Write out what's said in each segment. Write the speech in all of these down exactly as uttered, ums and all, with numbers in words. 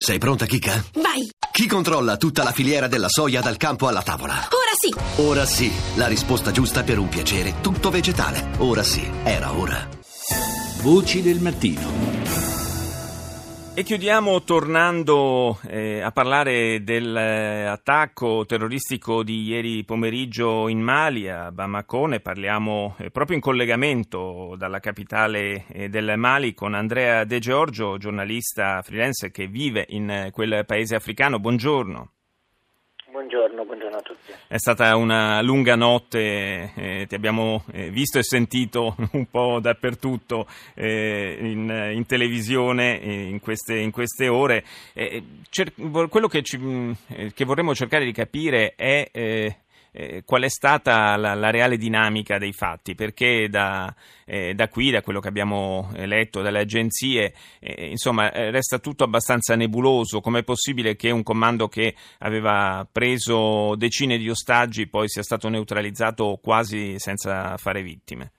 Sei pronta, Kika? Vai! Chi controlla tutta la filiera della soia dal campo alla tavola? Ora sì! Ora sì, la risposta giusta per un piacere tutto vegetale. Ora sì, era ora. Voci del mattino. E chiudiamo tornando eh, a parlare dell'attacco terroristico di ieri pomeriggio in Mali, a Bamako. Ne parliamo eh, proprio in collegamento dalla capitale eh, del Mali con Andrea De Giorgio, giornalista freelance che vive in eh, quel paese africano. Buongiorno. Buongiorno, buongiorno a tutti. È stata una lunga notte, eh, ti abbiamo eh, visto e sentito un po' dappertutto eh, in, in televisione eh, in, queste, in queste ore. Eh, cer- quello che, ci, eh, che vorremmo cercare di capire è eh, eh, qual è stata la, la reale dinamica dei fatti, perché da, eh, da qui, da quello che abbiamo letto dalle agenzie, eh, insomma eh, resta tutto abbastanza nebuloso. Com'è possibile che un comando che aveva preso decine di ostaggi poi sia stato neutralizzato quasi senza fare vittime?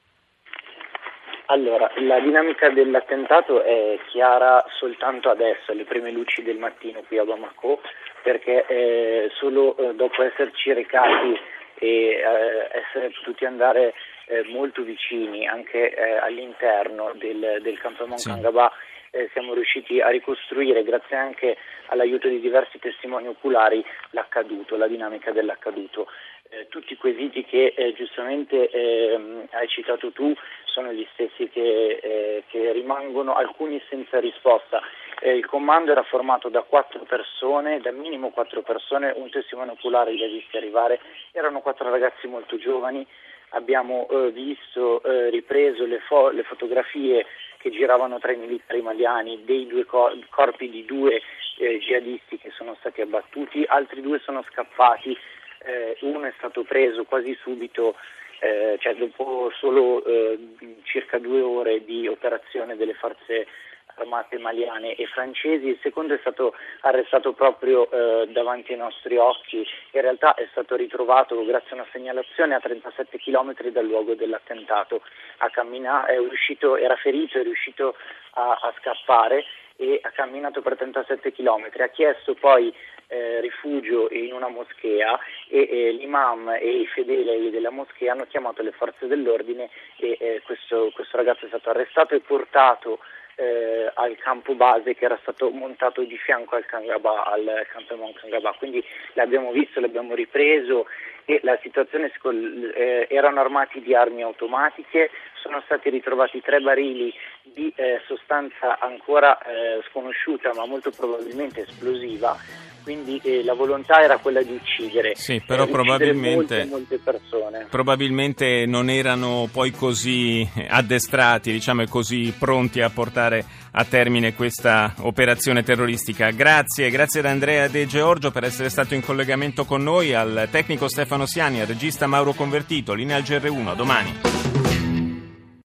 Allora, la dinamica dell'attentato è chiara soltanto adesso, alle prime luci del mattino qui a Bamako, perché eh, solo eh, dopo esserci recati e eh, essere potuti andare eh, molto vicini anche eh, all'interno del, del campo Moncangaba, sì. eh, siamo riusciti a ricostruire, grazie anche all'aiuto di diversi testimoni oculari, l'accaduto, la dinamica dell'accaduto. Eh, tutti i quesiti che eh, giustamente eh, hai citato tu sono gli stessi che, eh, che rimangono, alcuni senza risposta. Eh, il comando era formato da quattro persone, da minimo quattro persone, un testimone oculare li ha visti arrivare, erano quattro ragazzi molto giovani. Abbiamo eh, visto, eh, ripreso le, fo- le fotografie che giravano tra i militari maliani dei due cor- corpi di due eh, jihadisti che sono stati abbattuti, altri due sono scappati. Eh, uno è stato preso quasi subito, eh, cioè dopo solo eh, circa due ore di operazione delle forze armate maliane e francesi. Il secondo è stato arrestato proprio eh, davanti ai nostri occhi. In realtà è stato ritrovato grazie a una segnalazione a trentasette chilometri dal luogo dell'attentato. A camminare, è riuscito, era ferito, è riuscito a, a scappare e ha camminato per trentasette chilometri. Ha chiesto poi Eh, rifugio in una moschea e eh, l'imam e i fedeli della moschea hanno chiamato le forze dell'ordine e eh, questo, questo ragazzo è stato arrestato e portato eh, al campo base che era stato montato di fianco al Kangaba, al campo Moncangaba. Quindi l'abbiamo visto, l'abbiamo ripreso e la situazione eh, erano armati di armi automatiche, sono stati ritrovati tre barili di eh, sostanza ancora eh, sconosciuta ma molto probabilmente esplosiva. Quindi eh, la volontà era quella di uccidere, sì, però eh, probabilmente, molte, molte persone. Probabilmente non erano poi così addestrati, diciamo, e così pronti a portare a termine questa operazione terroristica. Grazie, grazie ad Andrea De Giorgio per essere stato in collegamento con noi, al tecnico Stefano Siani, al regista Mauro Convertito, linea al G R uno, a domani.